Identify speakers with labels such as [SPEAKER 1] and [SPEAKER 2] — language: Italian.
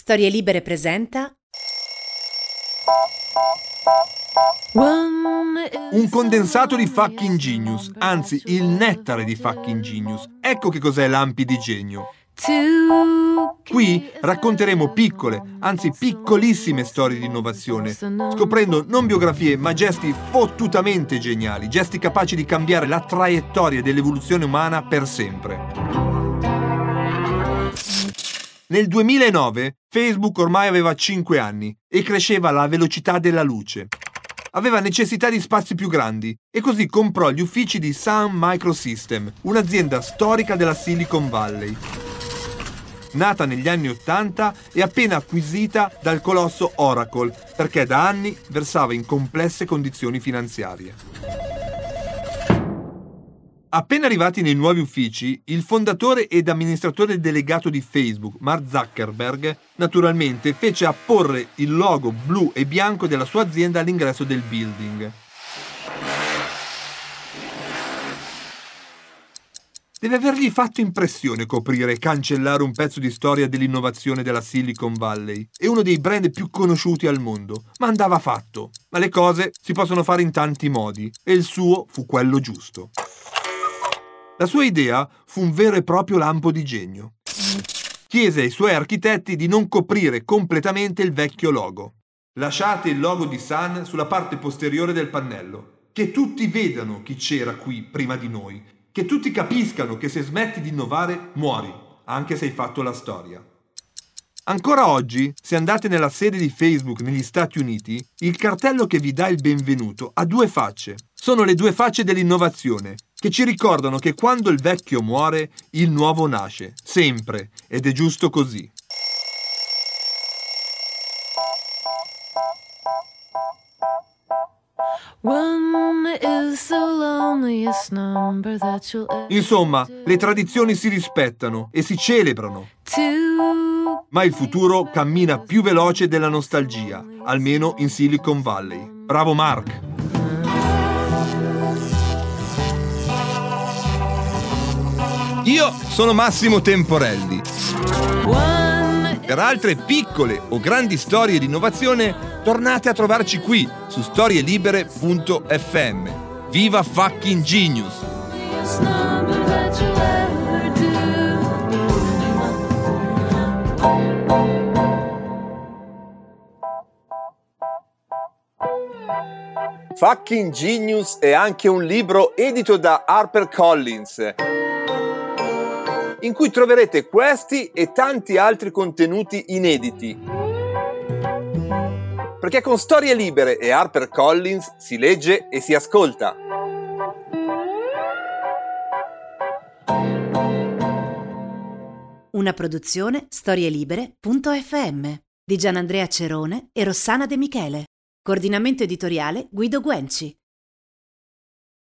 [SPEAKER 1] Storie Libere presenta
[SPEAKER 2] Un condensato di fucking genius, anzi il nettare di fucking genius. Ecco che cos'è l'Ampi di Genio. Qui racconteremo piccole, anzi piccolissime storie di innovazione, scoprendo non biografie ma gesti fottutamente geniali, gesti capaci di cambiare la traiettoria dell'evoluzione umana per sempre. Nel 2009 Facebook ormai aveva 5 anni e cresceva alla velocità della luce. Aveva necessità di spazi più grandi e così comprò gli uffici di Sun Microsystem, un'azienda storica della Silicon Valley. Nata negli anni 80 e appena acquisita dal colosso Oracle, perché da anni versava in complesse condizioni finanziarie. Appena arrivati nei nuovi uffici, il fondatore ed amministratore delegato di Facebook, Mark Zuckerberg, naturalmente fece apporre il logo blu e bianco della sua azienda all'ingresso del building. Deve avergli fatto impressione coprire e cancellare un pezzo di storia dell'innovazione della Silicon Valley e uno dei brand più conosciuti al mondo, ma andava fatto. Ma le cose si possono fare in tanti modi e il suo fu quello giusto. La sua idea fu un vero e proprio lampo di genio. Chiese ai suoi architetti di non coprire completamente il vecchio logo. Lasciate il logo di Sun sulla parte posteriore del pannello, che tutti vedano chi c'era qui prima di noi, che tutti capiscano che se smetti di innovare muori, anche se hai fatto la storia. Ancora oggi, se andate nella sede di Facebook negli Stati Uniti, il cartello che vi dà il benvenuto ha due facce. Sono le due facce dell'innovazione, che ci ricordano che quando il vecchio muore, il nuovo nasce, sempre, ed è giusto così. Insomma, le tradizioni si rispettano e si celebrano. Ma il futuro cammina più veloce della nostalgia, almeno in Silicon Valley. Bravo Mark! Io sono Massimo Temporelli. Per altre piccole o grandi storie di innovazione, tornate a trovarci qui su storielibere.fm. Viva fucking genius! Fucking Genius è anche un libro edito da HarperCollins, in cui troverete questi e tanti altri contenuti inediti. Perché con Storie Libere e HarperCollins si legge e si ascolta.
[SPEAKER 1] Una produzione storielibere.fm di Gianandrea Cerone e Rossana De Michele. Coordinamento editoriale Guido Guenci.